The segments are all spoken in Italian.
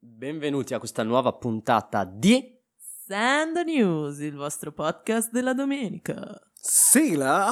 Benvenuti a questa nuova puntata di Sand News, il vostro podcast della domenica. Sigla.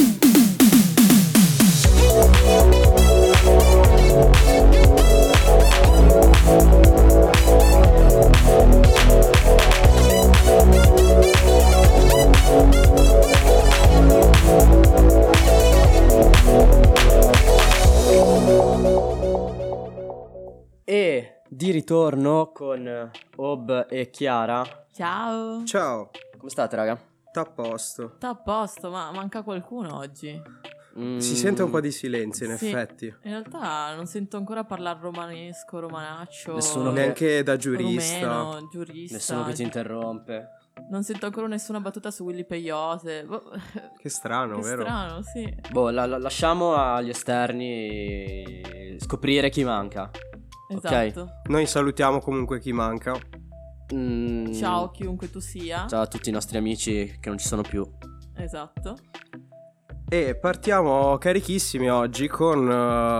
E di ritorno con Ob e Chiara. Ciao. Ciao. Come state, raga? T'à a posto. Sta a posto, ma manca qualcuno oggi. Si sente un po' di silenzio, in Sì. effetti. In realtà non sento ancora parlare romanesco, romanaccio. Nessuno che- Neanche da giurista. Rumeno, giurista. Nessuno che ti interrompe. Non sento ancora nessuna battuta su Willy Peyote. Che strano, Che vero? strano, sì. Boh, lasciamo agli esterni scoprire chi manca. Esatto. Noi salutiamo comunque chi manca. Ciao chiunque tu sia. Ciao a tutti i nostri amici che non ci sono più. Esatto. E partiamo carichissimi oggi con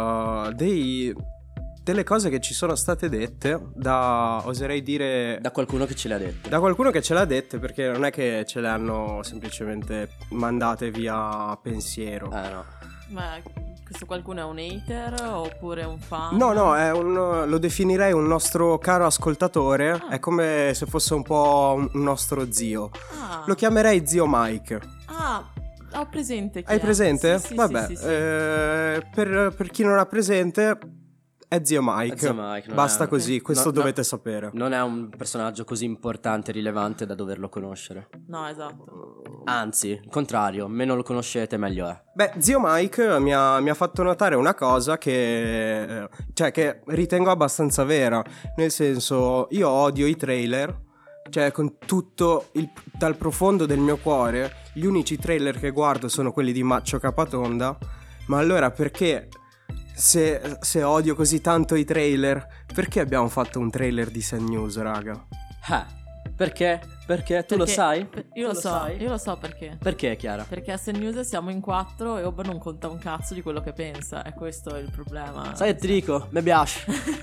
delle cose che ci sono state dette da, oserei dire, Da qualcuno che ce l'ha detto. da qualcuno che ce l'ha dette, perché non è che ce le hanno semplicemente mandate via pensiero. No. Ma questo qualcuno è un hater oppure un fan? No, lo definirei un nostro caro ascoltatore. Ah. È come se fosse un po' un nostro zio. Ah. Lo chiamerei zio Mike. Ah, ho presente chi Hai è. presente? Sì, Vabbè, sì. per chi non ha presente, è zio Mike. È zio Mike, non Basta è- così, questo No, dovete sapere. Non è un personaggio così importante e rilevante da doverlo conoscere. No, esatto. Anzi, il contrario, meno lo conoscete meglio è. Beh, zio Mike mi ha fatto notare una cosa che ritengo abbastanza vera. Nel senso, io odio i trailer. Cioè, con tutto dal profondo del mio cuore, gli unici trailer che guardo sono quelli di Maccio Capatonda. Ma allora perché, se odio così tanto i trailer, perché abbiamo fatto un trailer di Sand News, raga? Perché? Perché? Tu lo sai? Io Tu lo so, sai? io lo so perché. Perché, Chiara? Perché a Sand News siamo in 4 e Oba non conta un cazzo di quello che pensa. E questo è il problema. Sai, ti dico, mi piace.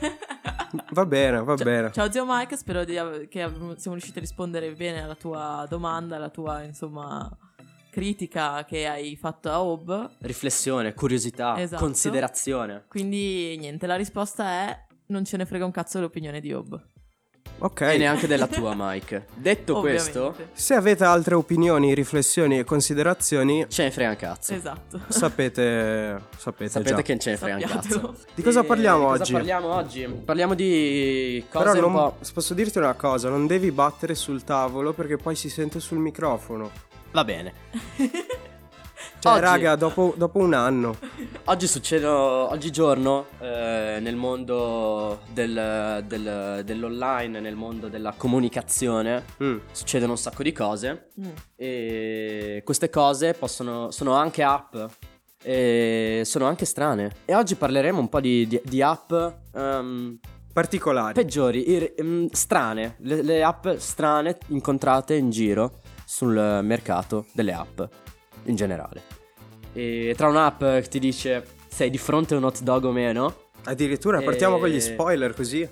Va bene, va bene. Ciao zio Mike, spero che siamo riusciti a rispondere bene alla tua domanda, alla tua, insomma, critica che hai fatto a Ob. Riflessione, curiosità, Esatto. considerazione. Quindi niente, la risposta è non ce ne frega un cazzo dell'opinione di Ob. Ok. E neanche della tua, Mike. Detto questo, Ovviamente. Se avete altre opinioni, riflessioni e considerazioni, ce ne frega un cazzo. Esatto. sapete Sapete già. che non ce ne frega un Sappiatelo. cazzo. Di cosa parliamo Cosa oggi? parliamo oggi? Parliamo di cose Però un po'... posso dirti una cosa, non devi battere sul tavolo perché poi si sente sul microfono. Va bene. Cioè, Oggi- raga, dopo un anno. Oggi oggigiorno nel mondo dell'online, nel mondo della comunicazione, succedono un sacco di cose. E queste cose sono anche app e sono anche strane. E oggi parleremo un po' di app Particolari. peggiori, strane, le app strane incontrate in giro sul mercato delle app in generale. E tra un'app che ti dice sei di fronte a un hot dog o meno, Addirittura partiamo con gli spoiler così.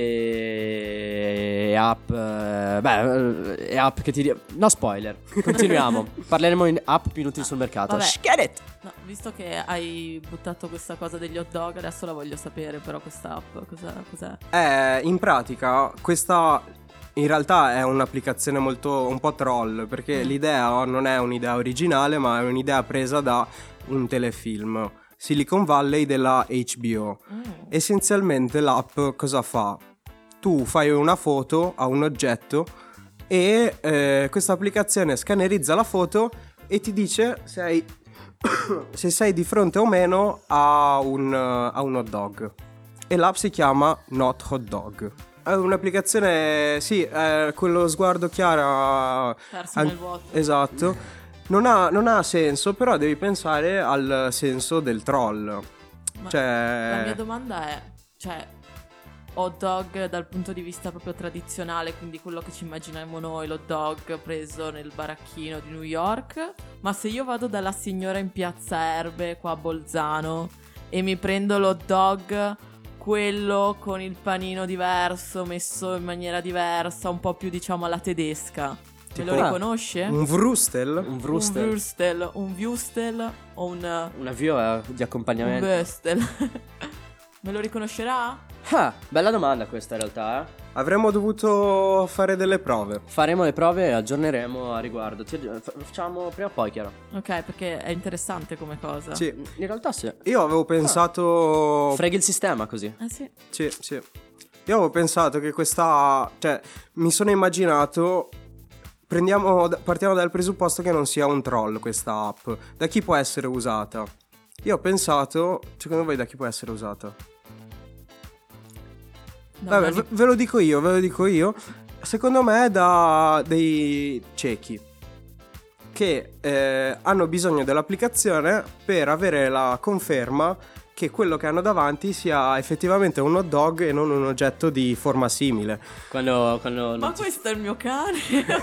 e app e app che ti dicono no spoiler, continuiamo. Parleremo in app più inutili sul mercato. Vabbè. Get it. No, visto che hai buttato questa cosa degli hot dog, adesso la voglio sapere, però questa app cos'è? In pratica questa in realtà è un'applicazione un po' troll, perché l'idea non è un'idea originale, ma è un'idea presa da un telefilm, Silicon Valley della HBO. Essenzialmente l'app cosa fa? Tu fai una foto a un oggetto e questa applicazione scannerizza la foto e ti dice se sei di fronte o meno a un hot dog. E l'app si chiama Not Hot Dog. È un'applicazione, sì, con lo sguardo chiaro. Perso nel vuoto. Esatto. Non ha senso, però devi pensare al senso del troll. Ma Cioè, la mia domanda è, cioè, hot dog dal punto di vista proprio tradizionale, quindi quello che ci immaginiamo noi, l'hot dog preso nel baracchino di New York, ma se io vado dalla signora in piazza Erbe qua a Bolzano e mi prendo l'hot dog quello con il panino diverso, messo in maniera diversa, un po' più diciamo alla tedesca. Me lo Tipo- riconosce? Un Vrustel? Un Vrustel. Un Wustel o un Un avvio di accompagnamento. Wöstel. Me lo riconoscerà? Ah, bella domanda questa in realtà, eh. Avremmo dovuto fare delle prove. Faremo le prove e aggiorneremo a riguardo. Facciamo prima o poi, chiaro. Ok, perché è interessante come cosa. Sì. In realtà sì. Io avevo pensato... Freghi il sistema così. Sì. Sì, sì. Io avevo pensato che questa... Cioè, mi sono immaginato... Partiamo dal presupposto che non sia un troll questa app. Da chi può essere usata? Io ho pensato... Secondo voi da chi può essere usata? No, Vabbè, ma- ve lo dico io. Secondo me da dei ciechi che hanno bisogno dell'applicazione per avere la conferma che quello che hanno davanti sia effettivamente un hot dog e non un oggetto di forma simile. Quando Ma non ti- questo è il mio cane?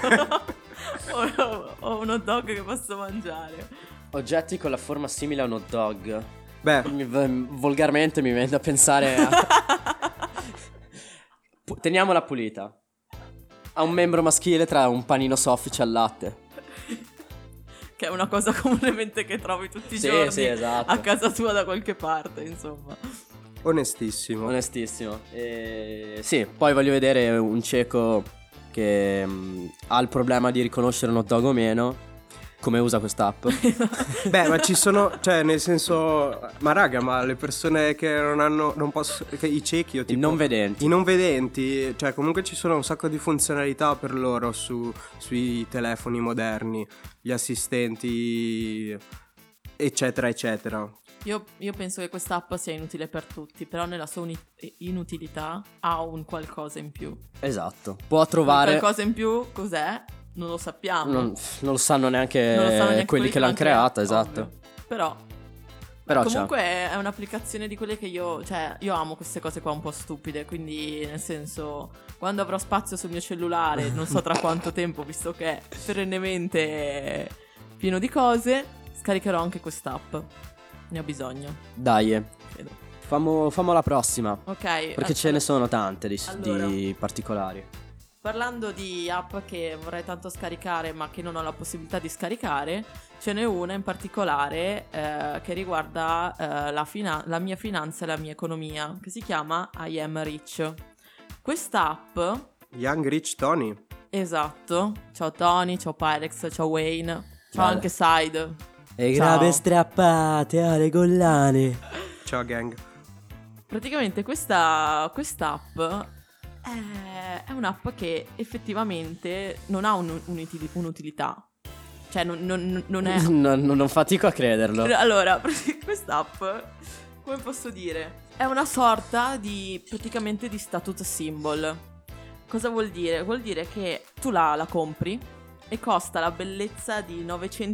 Ho un hot dog che posso mangiare. Oggetti con la forma simile a un hot dog. Beh, Volgarmente mi viene da pensare a... Teniamola pulita. Ha un membro maschile tra un panino soffice al latte. Che è una cosa comunemente che trovi tutti i Sì, giorni sì, esatto. a casa tua da qualche parte, insomma. onestissimo. Onestissimo. Sì, poi voglio vedere un cieco che ha il problema di riconoscere un hot dog o meno. Come usa quest'app? Beh, ma ci sono, cioè, nel senso, ma raga, ma le persone che non possono, che i ciechi o I tipo non vedenti. i non vedenti, cioè, comunque ci sono un sacco di funzionalità per loro sui telefoni moderni, gli assistenti, eccetera, eccetera. Io penso che quest'app sia inutile per tutti, però nella sua inutilità ha un qualcosa in più. Esatto. Può trovare... Qualcosa in più cos'è? Non lo sappiamo. Non lo sanno neanche, Non lo sanno neanche quelli che l'hanno creata, esatto. ovvio. Però c'è. comunque è un'applicazione di quelle che io amo queste cose qua un po' stupide, quindi nel senso, quando avrò spazio sul mio cellulare, non so tra quanto tempo, visto che è perennemente pieno di cose, scaricherò anche quest'app. Ne ho bisogno, Dai, credo. famo la prossima. Ok. Perché ce ne sono tante allora. di particolari. Parlando di app che vorrei tanto scaricare ma che non ho la possibilità di scaricare, ce n'è una in particolare che riguarda la mia finanza e la mia economia, che si chiama I Am Rich. Quest'app, Young Rich Tony. esatto, ciao Tony, ciao Pyrex, ciao Wayne, ciao Vale. anche Side. E Ciao. grabe strappate alle collane. Ciao gang. Praticamente quest'app è un'app che effettivamente non ha un'utilità. Cioè non è... Non fatico a crederlo. Allora, quest'app, come posso dire? È una sorta di, praticamente di status symbol. Cosa vuol dire? Vuol dire che tu la compri e costa la bellezza di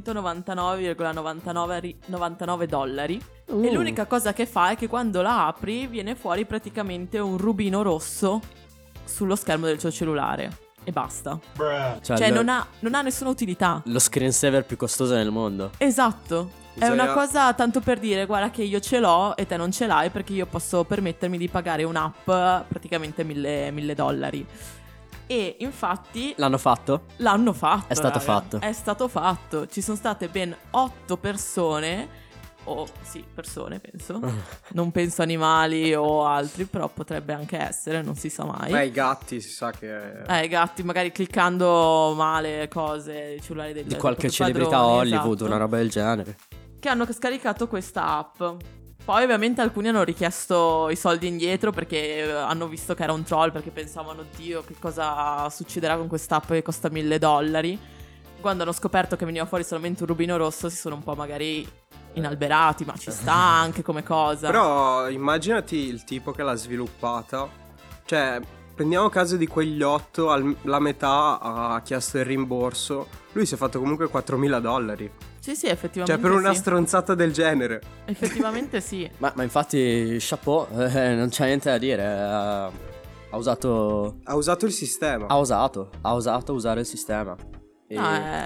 $999,99 e l'unica cosa che fa è che quando la apri viene fuori praticamente un rubino rosso sullo schermo del tuo cellulare e basta. Cioè non ha nessuna utilità. Lo screensaver più costoso del mondo. Esatto. È Bisogna- una cosa tanto per dire, guarda che io ce l'ho e te non ce l'hai, perché io posso permettermi di pagare un'app praticamente $1.000. E infatti L'hanno fatto? l'hanno fatto. È stato raga. fatto. È stato fatto. Ci sono state ben 8 persone. Sì, persone penso. Non penso animali o altri, però potrebbe anche essere, non si sa mai. Beh, i gatti si sa che... I gatti, magari cliccando male cose, i cellulari Di qualche celebrità padroni, Hollywood, esatto, una roba del genere. che hanno scaricato questa app. Poi ovviamente alcuni hanno richiesto i soldi indietro perché hanno visto che era un troll, perché pensavano, oddio, che cosa succederà con quest'app che costa $1.000. Quando hanno scoperto che veniva fuori solamente un rubino rosso si sono un po' magari inalberati, ma ci sta anche come cosa. Però immaginati il tipo che l'ha sviluppata. Cioè, prendiamo caso di quegli 8, la metà ha chiesto il rimborso. Lui si è fatto comunque $4.000. Sì, effettivamente Cioè, per una sì. stronzata del genere. Effettivamente sì. Ma infatti, chapeau, non c'è niente da dire. Ha usato. Ha usato il sistema. Ha osato usare il sistema. E No,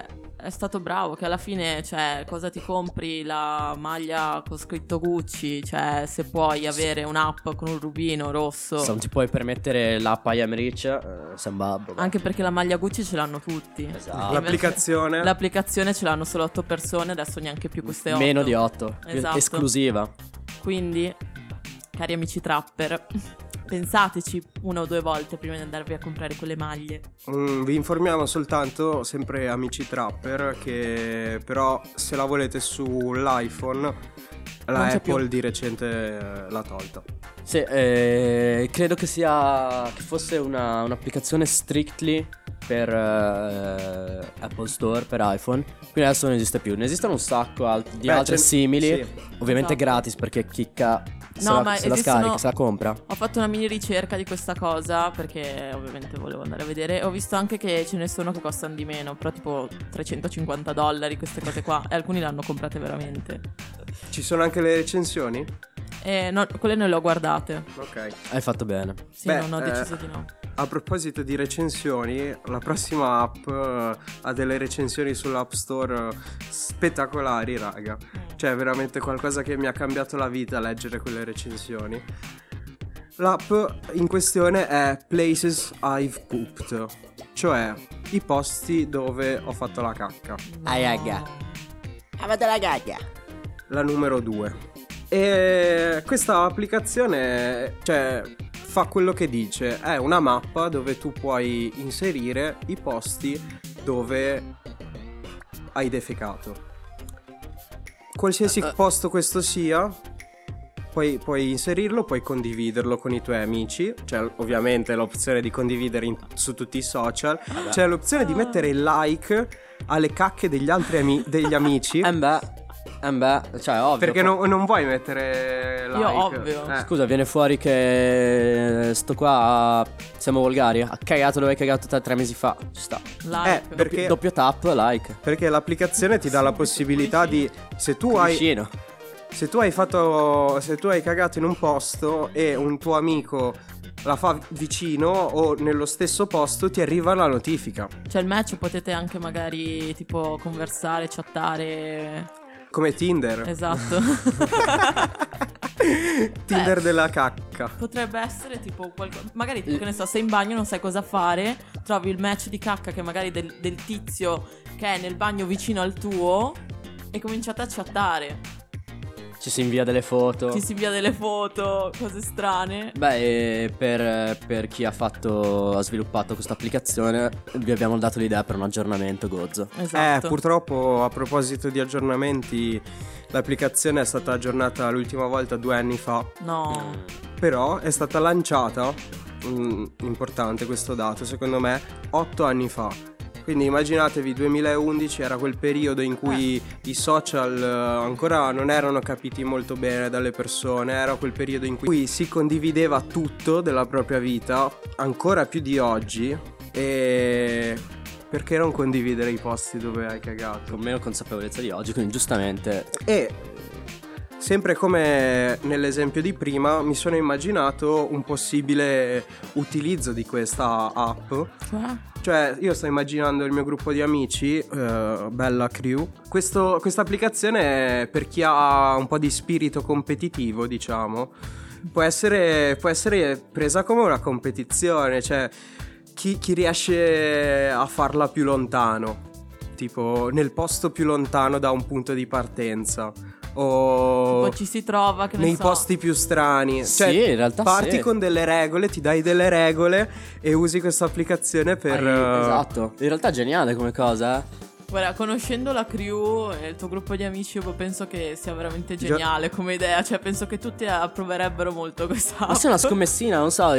è stato bravo, che alla fine, cioè, cosa ti compri? La maglia con scritto Gucci, cioè, se puoi avere un'app con un rubino rosso. Se non ti puoi permettere l'app I Am Rich, sei un babbo. Anche perché la maglia Gucci ce l'hanno tutti. Esatto. L'applicazione ce l'hanno solo 8 persone, adesso neanche più queste 8. Meno di 8. Esatto. Esclusiva. Quindi, cari amici trapper, pensateci 1 o 2 volte prima di andarvi a comprare quelle maglie. Vi informiamo soltanto, sempre amici trapper, che però se la volete sull'iPhone, la Apple di recente l'ha tolta. Sì, credo che fosse un'applicazione strictly per Apple Store per iPhone. Quindi adesso non esiste più. Ne esistono un sacco di altre simili. Sì. Ovviamente Esatto. gratis, perché chicca se No, la ma scarica, esistono- se la compra. Ho fatto una mini ricerca di questa cosa perché ovviamente volevo andare a vedere. Ho visto anche che ce ne sono che costano di meno, però tipo $350, queste cose qua. E alcuni l'hanno comprate veramente. Ci sono anche le recensioni? No, quelle non le ho guardate. Ok. Hai fatto bene. Sì, Beh, non ho deciso di no. A proposito di recensioni, la prossima app ha delle recensioni sull'App Store spettacolari, raga. Cioè, veramente qualcosa che mi ha cambiato la vita leggere quelle recensioni. L'app in questione è Places I've Pooped, cioè i posti dove ho fatto la cacca. Aiaga. Avete la cacca. La numero 2. E questa applicazione, cioè, fa quello che dice. È una mappa dove tu puoi inserire i posti dove hai defecato. Qualsiasi posto questo sia, puoi inserirlo, puoi condividerlo con i tuoi amici. C'è ovviamente l'opzione di condividere su tutti i social. C'è l'opzione di mettere il like alle cacche degli altri degli amici. Cioè, ovvio. Perché non vuoi mettere like. Io ovvio. Scusa, viene fuori che sto qua siamo volgari. Ha cagato dove hai cagato 3 mesi fa. Ci sta. Like. perché- Doppio tap, like. Perché l'applicazione ti dà la possibilità di, se tu hai Vicino. se tu hai cagato in un posto e un tuo amico la fa vicino o nello stesso posto, ti arriva la notifica. C'è il match, potete anche magari tipo conversare, chattare. Come Tinder. Esatto. Tinder della cacca. Potrebbe essere tipo magari tipo, che ne so, sei in bagno, non sai cosa fare, trovi il match di cacca che magari del tizio che è nel bagno vicino al tuo e cominciate a chattare. Ci si invia delle foto. Ci si invia delle foto, cose strane. Beh, per chi ha sviluppato questa applicazione, vi abbiamo dato l'idea per un aggiornamento, Gozzo. Esatto. Purtroppo, a proposito di aggiornamenti, l'applicazione è stata aggiornata l'ultima volta 2 anni fa. No. Però è stata lanciata, importante questo dato secondo me, 8 anni fa. Quindi immaginatevi, 2011 era quel periodo in cui i social ancora non erano capiti molto bene dalle persone. Era quel periodo in cui si condivideva tutto della propria vita, ancora più di oggi. E perché non condividere i posti dove hai cagato? Con meno consapevolezza di oggi, quindi giustamente. E sempre come nell'esempio di prima, mi sono immaginato un possibile utilizzo di questa app. Cioè, io sto immaginando il mio gruppo di amici, Bella Crew. Questa applicazione, per chi ha un po' di spirito competitivo, diciamo, può essere presa come una competizione. Cioè, chi riesce a farla più lontano, tipo nel posto più lontano da un punto di partenza, o Tipo ci si trova, che ne nei so. posti più strani. Cioè, Sì, in realtà parti sì. con delle regole, ti dai delle regole e usi questa applicazione per Esatto. In realtà è geniale come cosa, eh. Guarda, conoscendo la crew e il tuo gruppo di amici, io penso che sia veramente geniale come idea. Cioè, penso che tutti approverebbero molto questa Ma app. se è una scommessina, non so,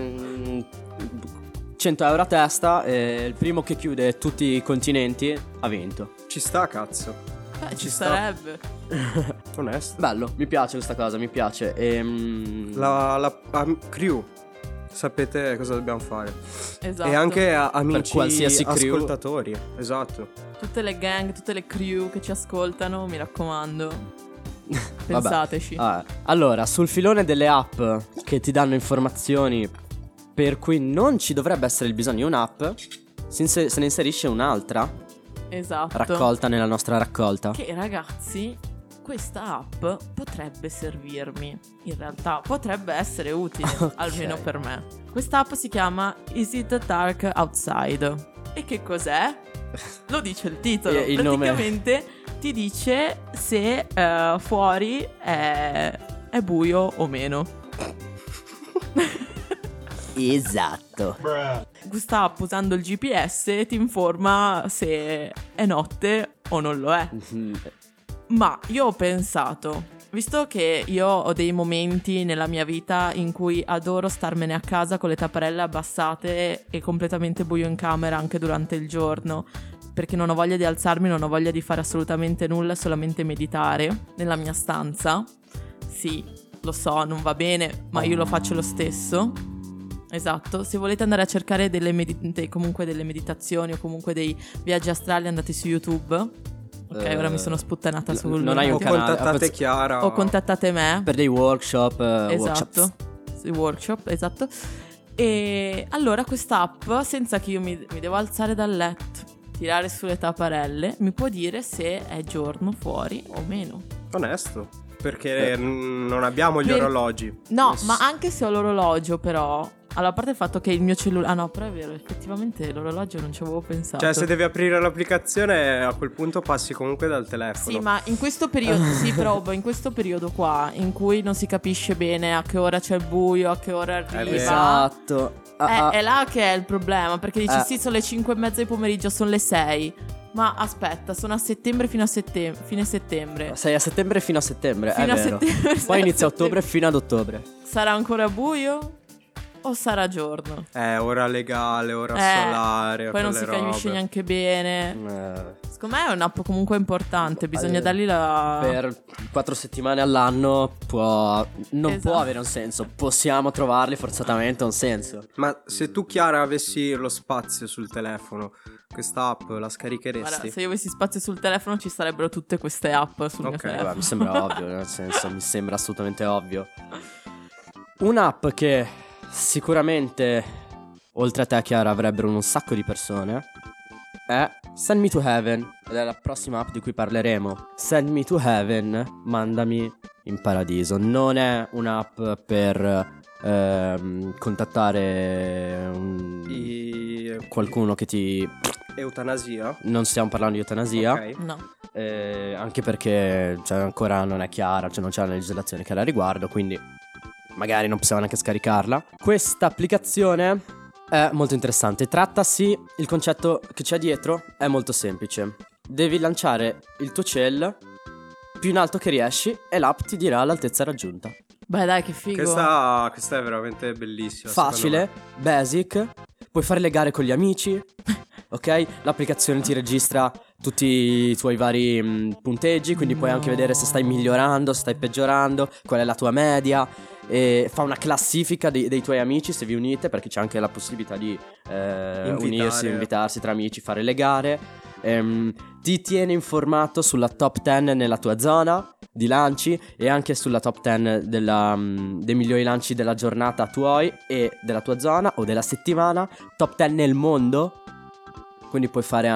100 euro a testa, e il primo che chiude tutti i continenti ha vinto. Ci sta, cazzo. Ci sta. sarebbe. Onesto. Bello, mi piace questa cosa, mi piace. La crew. Sapete cosa dobbiamo fare. Esatto. E anche amici qualsiasi crew. ascoltatori. Esatto. Tutte le gang, tutte le crew che ci ascoltano, mi raccomando, Vabbè. pensateci. Allora, sul filone delle app che ti danno informazioni per cui non ci dovrebbe essere il bisogno di un'app, se ne inserisce un'altra Esatto. raccolta nella nostra raccolta. Che ragazzi, questa app potrebbe servirmi. In realtà potrebbe essere utile, Ok. almeno per me. Questa app si chiama Is It Dark Outside? E che cos'è? Lo dice il titolo. Il nome. Praticamente ti dice se fuori è buio o meno. Esatto. Questa app, usando il GPS, ti informa se è notte o non lo è. Ma io ho pensato, visto che io ho dei momenti nella mia vita in cui adoro starmene a casa con le tapparelle abbassate e completamente buio in camera anche durante il giorno, perché non ho voglia di alzarmi, non ho voglia di fare assolutamente nulla, solamente meditare nella mia stanza. Sì, lo so, non va bene, ma io lo faccio lo stesso. Esatto, se volete andare a cercare comunque delle meditazioni o comunque dei viaggi astrali, andate su YouTube. Ok, ora mi sono sputtanata sul... non hai un O canale, contattate Chiara. O contattate me. per dei workshop, Esatto. workshops. Sì, workshop, esatto. E allora quest'app, senza che io mi devo alzare dal letto, tirare sulle tapparelle, mi può dire se è giorno fuori o meno. Onesto. Perché non abbiamo gli orologi. No, ma anche se ho l'orologio, però... Allora, a parte il fatto che il mio cellulare... Ah no, però è vero, effettivamente l'orologio non ci avevo pensato. Cioè, se devi aprire l'applicazione, a quel punto passi comunque dal telefono. Sì, ma in questo periodo, sì, però in questo periodo qua, in cui non si capisce bene a che ora c'è il buio, a che ora arriva... vero. Esatto. È là che è il problema, perché dici sì, sono le 5:30 di pomeriggio, sono le 6. Ma aspetta, sono a settembre fino a fine settembre. Sei a settembre fino a settembre, Fino è a vero. settembre, sei Poi a inizia settembre. ottobre fino ad ottobre. Sarà ancora buio o sarà giorno? Ora legale, ora solare. Poi non si quelle capisce robe. neanche bene. Secondo me è un'app comunque importante, bisogna dargli la... Per 4 settimane all'anno non Esatto. può avere un senso. Possiamo trovarli forzatamente un senso. Ma se tu, Chiara, avessi lo spazio sul telefono, questa app la Guarda, scaricheresti? se io avessi spazio sul telefono ci sarebbero tutte queste app sul mio Ok, telefono. Vabbè, mi sembra ovvio, nel senso, mi sembra assolutamente ovvio. Un'app che sicuramente, oltre a te, Chiara, avrebbero un sacco di persone è Send Me to Heaven, ed è la prossima app di cui parleremo. Send Me to Heaven, mandami in paradiso. Non è un'app per contattare qualcuno che ti... Eutanasia? Non stiamo parlando di eutanasia. Ok. No. Anche perché ancora non è chiara, non c'è una legislazione che la riguardo, quindi magari non possiamo neanche scaricarla. Questa applicazione è molto interessante. Trattasi, il concetto che c'è dietro è molto semplice. Devi lanciare il tuo cell più in alto che riesci e l'app ti dirà l'altezza raggiunta. Beh dai, che figo. Questa è veramente bellissima. Facile, basic, puoi fare le gare con gli amici. Ok? L'applicazione ti registra tutti i tuoi vari punteggi, quindi puoi anche vedere se stai migliorando, se stai peggiorando, qual è la tua media, e fa una classifica dei tuoi amici se vi unite, perché c'è anche la possibilità di unirsi, invitarsi tra amici, fare le gare. Ti tiene informato sulla top 10 nella tua zona di lanci e anche sulla top 10 dei migliori lanci della giornata tuoi e della tua zona o della settimana, top 10 nel mondo. Quindi puoi fare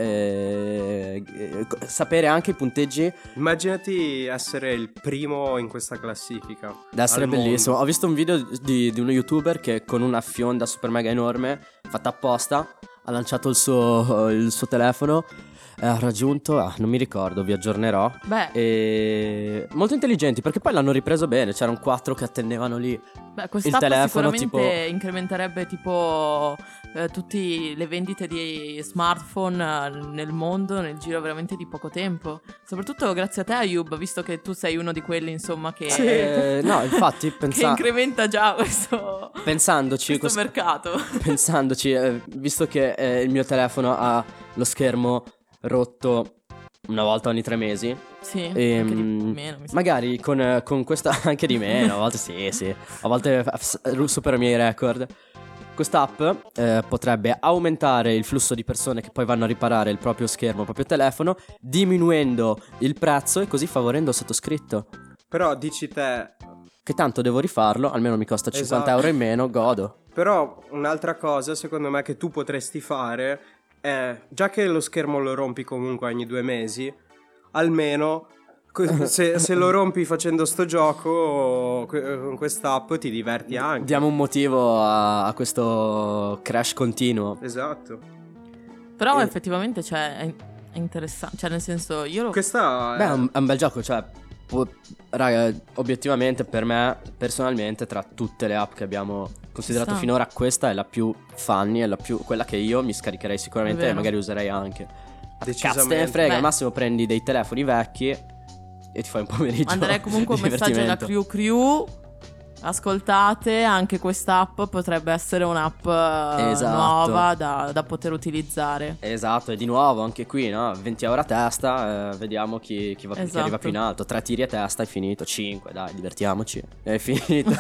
anche sapere anche i punteggi. Immaginati essere il primo in questa classifica. Deve essere al bellissimo. mondo. Ho visto un video di uno youtuber che con una fionda super mega enorme fatta apposta ha lanciato il suo telefono, ha raggiunto, non mi ricordo, vi aggiornerò. Beh, E molto intelligenti, perché poi l'hanno ripreso bene. C'erano 4 che attendevano lì. quest'app telefono, sicuramente incrementerebbe tipo tutte le vendite di smartphone nel mondo nel giro veramente di poco tempo. Soprattutto grazie a te, Ayub, visto che tu sei uno di quelli, insomma, che, No, infatti che incrementa già questo pensandoci, mercato. pensandoci, visto che il mio telefono ha lo schermo rotto una volta ogni 3 mesi. Sì, anche di meno, mi sa. Magari con questa anche di meno, a volte sì, a volte supero i miei record. Quest'app potrebbe aumentare il flusso di persone che poi vanno a riparare il proprio schermo, il proprio telefono, diminuendo il prezzo e così favorendo il sottoscritto. Però dici te, Che tanto devo rifarlo, almeno mi costa 50 Esatto. euro in meno, godo. però un'altra cosa secondo me che tu potresti fare già che lo schermo lo rompi comunque ogni 2 mesi, almeno se lo rompi facendo sto gioco con quest'app ti diverti anche. Diamo un motivo a questo crash continuo. Esatto. Però effettivamente, cioè, è interessante. Cioè, nel senso, io lo... Questa Beh, è un bel gioco, cioè, raga, obiettivamente per me, personalmente, tra tutte le app che abbiamo considerato Sta. finora, questa è la più funny, è la più, quella che io mi scaricherei sicuramente È e vero. magari userei anche. Decisamente. Cazzo te ne frega, Beh. al massimo prendi dei telefoni vecchi e ti fai un pomeriggio. Manderei comunque un di messaggio alla divertimento. crew. Ascoltate, anche quest'app potrebbe essere un'app Esatto. nuova da poter utilizzare. Esatto, e di nuovo anche qui, no? 20 euro a testa, vediamo chi Esatto. arriva più in alto. 3 tiri a testa, è finito. 5, dai, divertiamoci. È finito.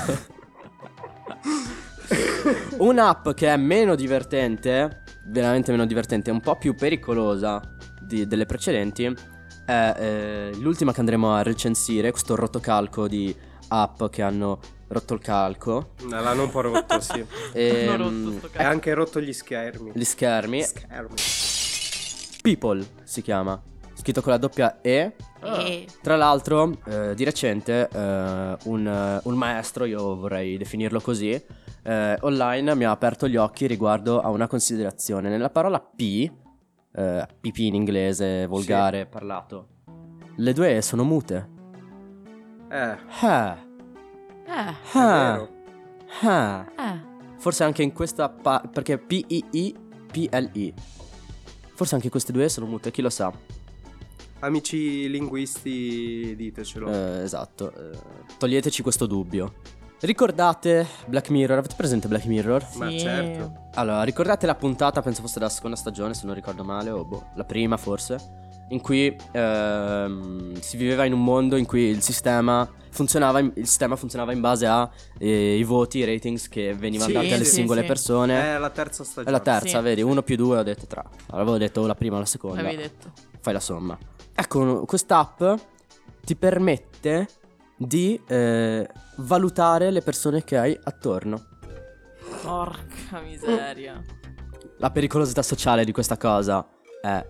Un'app che è meno divertente, veramente meno divertente, un po' più pericolosa delle precedenti, è l'ultima che andremo a recensire, questo rotocalco di app che hanno rotto il calco. l'hanno un po' rotto, sì. E, Hanno rotto sto E cazzo. anche rotto gli schermi. gli schermi. People si chiama, scritto con la doppia E. Tra l'altro, di recente, un maestro, io vorrei definirlo così, online mi ha aperto gli occhi riguardo a una considerazione. Nella parola pipì in inglese, volgare, parlato, le due E sono mute. È Eh, vero. Forse anche in questa perché P-I-I-P-L-I. Forse anche queste due sono mute, chi lo sa. Amici linguisti, ditecelo. Esatto, toglieteci questo dubbio. Ricordate Black Mirror? Avete presente Black Mirror? Ma sì. certo. Allora, ricordate la puntata, penso fosse della seconda stagione, se non ricordo male, o la prima forse, in cui si viveva in un mondo in cui il sistema funzionava in base a i voti, i ratings che venivano Sì, dati alle sì, singole sì. persone. È la terza È stagione. la terza, Sì. vedi, 1 più 2 ho detto 3. Allora avevo detto o la prima o la seconda. l'avevi detto. Fai la somma. Ecco, quest'app ti permette di valutare le persone che hai attorno. Porca miseria. La pericolosità sociale di questa cosa è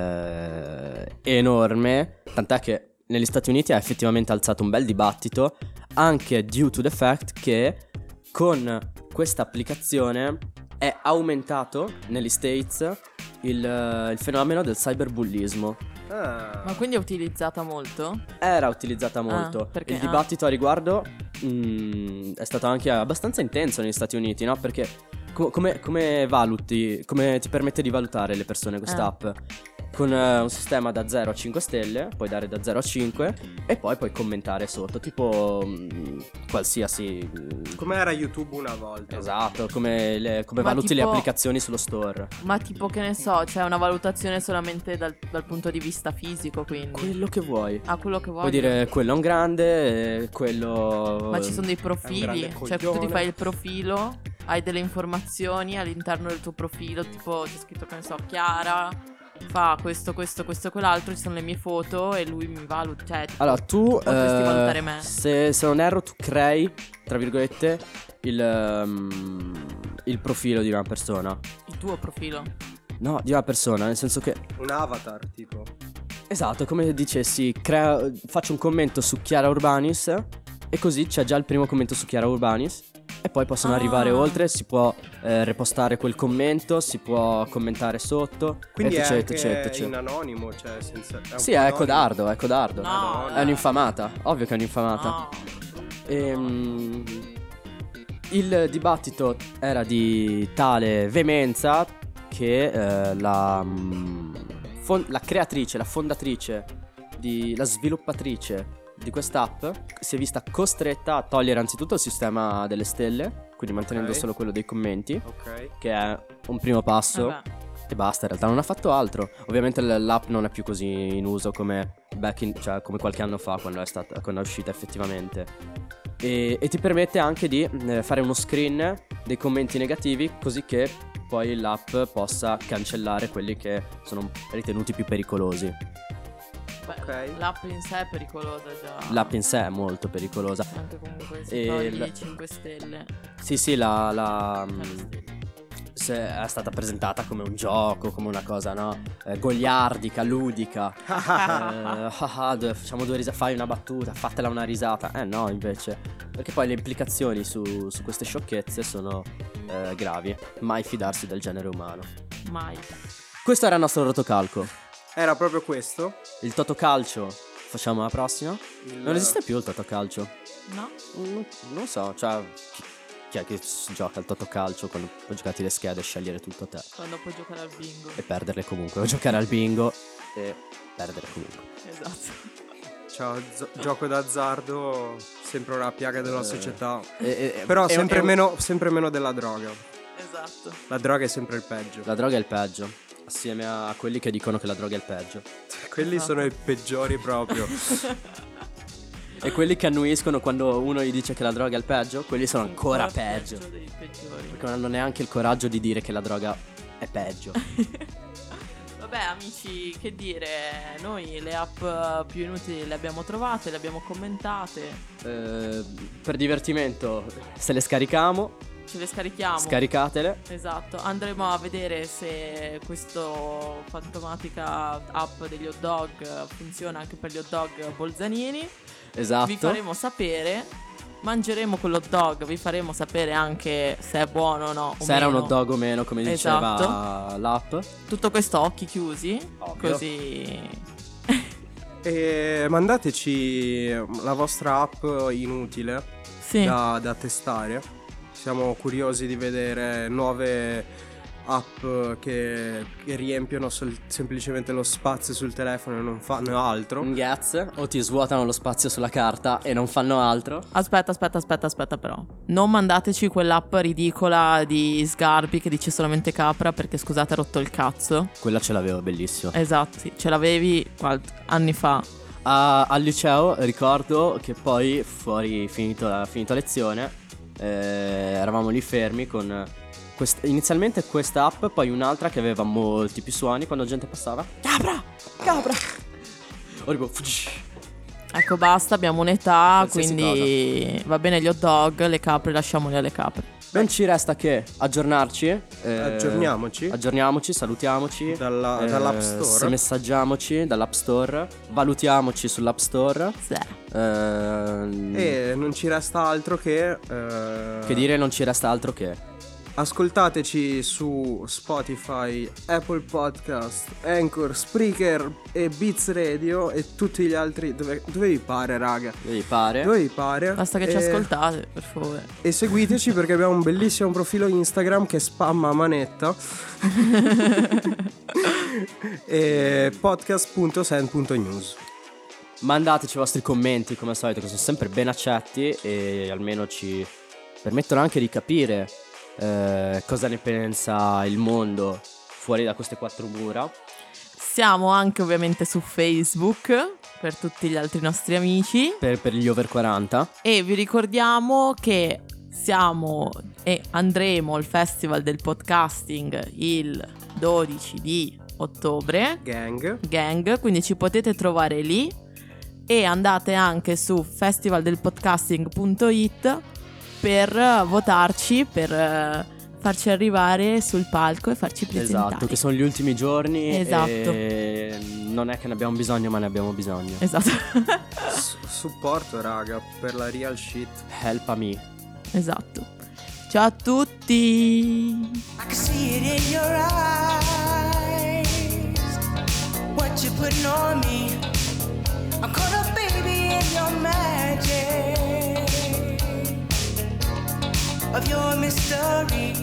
enorme, tant'è che negli Stati Uniti ha effettivamente alzato un bel dibattito, anche due to the fact che con questa applicazione è aumentato negli States il fenomeno del cyberbullismo. Ma quindi è utilizzata molto? Era utilizzata molto. perché- Il dibattito a riguardo è stato anche abbastanza intenso negli Stati Uniti, no? Perché come valuti, come ti permette di valutare le persone quest'app? Con un sistema da 0 a 5 stelle, puoi dare da 0 a 5 e poi puoi commentare sotto, tipo qualsiasi... Come era YouTube una volta. Esatto, come Ma valuti le tipo- applicazioni sullo store. Ma tipo, che ne so, c'è una valutazione solamente dal punto di vista fisico, quindi. Quello che vuoi. Quello che vuoi. Puoi dire quello è un grande, quello... Ma ci sono dei È un profili, grande cioè tu ti coglione. fai il profilo, hai delle informazioni all'interno del tuo profilo, tipo c'è scritto, che ne so, Chiara fa questo e quell'altro, ci sono le mie foto e lui mi valuta, cioè tipo, Allora, tu potresti valutare me. se non erro, tu crei, tra virgolette, il profilo di una persona. Il tuo profilo. No, di una persona, nel senso che... Un avatar, tipo. Esatto, come dicessi, faccio un commento su Chiara Urbanis e così c'è già il primo commento su Chiara Urbanis. E poi possono arrivare oltre, si può repostare quel commento, si può commentare sotto, Quindi è eccetera, anche eccetera. in anonimo, cioè senza... un Sì, po' è anonimo. codardo, è codardo. No, È un'infamata, ovvio che è un'infamata. No. Il dibattito era di tale veemenza che la creatrice, la fondatrice, la sviluppatrice di quest'app si è vista costretta a togliere anzitutto il sistema delle stelle, quindi mantenendo Ok. solo quello dei commenti, Ok. che è un primo passo. Vabbè. E basta, in realtà non ha fatto altro. Ovviamente l'app non è più così in uso come cioè come qualche anno fa quando è uscita effettivamente. E ti permette anche di fare uno screen dei commenti negativi, così che poi l'app possa cancellare quelli che sono ritenuti più pericolosi. Beh, Ok. l'app in sé è pericolosa già. L'app in sé è molto pericolosa. Anche comunque E se togli la- 5 stelle. Sì, Cioè, le stelle. è stata presentata come un gioco, come una cosa, no? Goliardica, ludica. Facciamo 2 risate, fai una battuta, fatela una risata. No, invece. Perché poi le implicazioni su queste sciocchezze sono gravi. Mai fidarsi del genere umano. Mai. Questo era il nostro rotocalco. Era proprio questo? Il totocalcio. Facciamo la prossima? Non esiste più il totocalcio. No? Non so, cioè chi è che gioca al totocalcio quando puoi giocarti le schede e scegliere tutto te Quando puoi giocare al bingo. e perderle comunque, o giocare al bingo e perdere comunque. Esatto. Ciao, gioco d'azzardo, sempre una piaga della società. Però Però sempre meno della droga. Esatto. La droga è sempre il peggio. La droga è il peggio, assieme a quelli che dicono che la droga è il peggio. Quelli sono i peggiori proprio. E quelli che annuiscono quando uno gli dice che la droga è il peggio, quelli sono ancora peggio. Dei peggiori. Perché non hanno neanche il coraggio di dire che la droga è peggio. Vabbè amici, che dire, noi le app più inutili le abbiamo trovate, le abbiamo commentate, Per divertimento, se le scarichiamo, ce le scarichiamo. scaricatele. Esatto, andremo a vedere se questo fantomatica app degli hot dog funziona anche per gli hot dog bolzanini. Esatto. Vi faremo sapere, mangeremo quell'hot dog, vi faremo sapere anche se è buono o no. Se era un hot dog o meno, come diceva Esatto. l'app. Tutto questo a occhi chiusi, Ovvio. così. E mandateci la vostra app inutile Sì. da testare. Siamo curiosi di vedere nuove app che riempiono semplicemente lo spazio sul telefono e non fanno altro. Gaz, o ti svuotano lo spazio sulla carta e non fanno altro. Aspetta però. Non mandateci quell'app ridicola di Sgarbi che dice solamente capra perché scusate ha rotto il cazzo. Quella ce l'avevo, bellissima. Esatto, sì, ce l'avevi anni fa. Al liceo ricordo che poi fuori finito lezione eravamo lì fermi con inizialmente questa app, poi un'altra che aveva molti più suoni quando la gente passava. Capra! O tipo Ecco basta, abbiamo un'età, Qualsiasi quindi va bene gli hot dog, le capre lasciamole alle capre. Non ci resta che aggiornarci. Aggiorniamoci. Salutiamoci dall'App Store. Messaggiamoci dall'App Store. Valutiamoci sull'App Store. Sì. E non ci resta altro che dire, non ci resta altro che ascoltateci su Spotify, Apple Podcast, Anchor, Spreaker e Beats Radio e tutti gli altri dove vi pare, raga. Dove vi pare. Basta che ci ascoltate, per favore. E seguiteci perché abbiamo un bellissimo profilo Instagram che spamma a manetta. E podcast.sen.news. Mandateci i vostri commenti come al solito, che sono sempre ben accetti e almeno ci permettono anche di capire cosa ne pensa il mondo fuori da queste 4 mura. Siamo anche ovviamente su Facebook per tutti gli altri nostri amici, per gli over 40. e vi ricordiamo che siamo e andremo al Festival del Podcasting il 12 di ottobre, Gang, quindi ci potete trovare lì, e andate anche su festivaldelpodcasting.it per votarci, per farci arrivare sul palco e farci presentare. Esatto, che sono gli ultimi giorni. Esatto. E non è che ne abbiamo bisogno, ma ne abbiamo bisogno. Esatto. Supporto, raga, per la real shit. Help a me. Esatto. Ciao a tutti. I can see it in your eyes, what you're putting on me. I'm caught up, baby, in your magic of your mystery.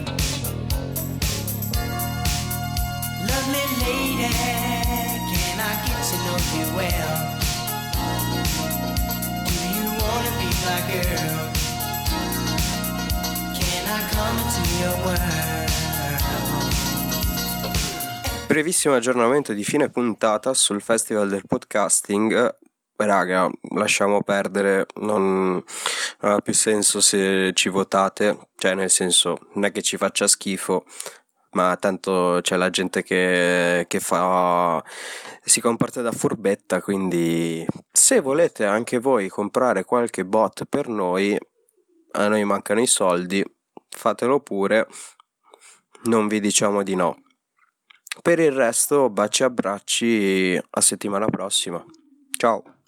Lovely lady, can I get to know you well? Do you wanna be my girl? Can I come into your world? Brevissimo aggiornamento di fine puntata sul Festival del Podcasting. Raga, lasciamo perdere, non ha più senso se ci votate, cioè nel senso non è che ci faccia schifo, ma tanto c'è la gente che si comporta da furbetta, quindi se volete anche voi comprare qualche bot per noi, a noi mancano i soldi, fatelo pure, non vi diciamo di no. Per il resto, baci e abbracci, a settimana prossima. Ciao.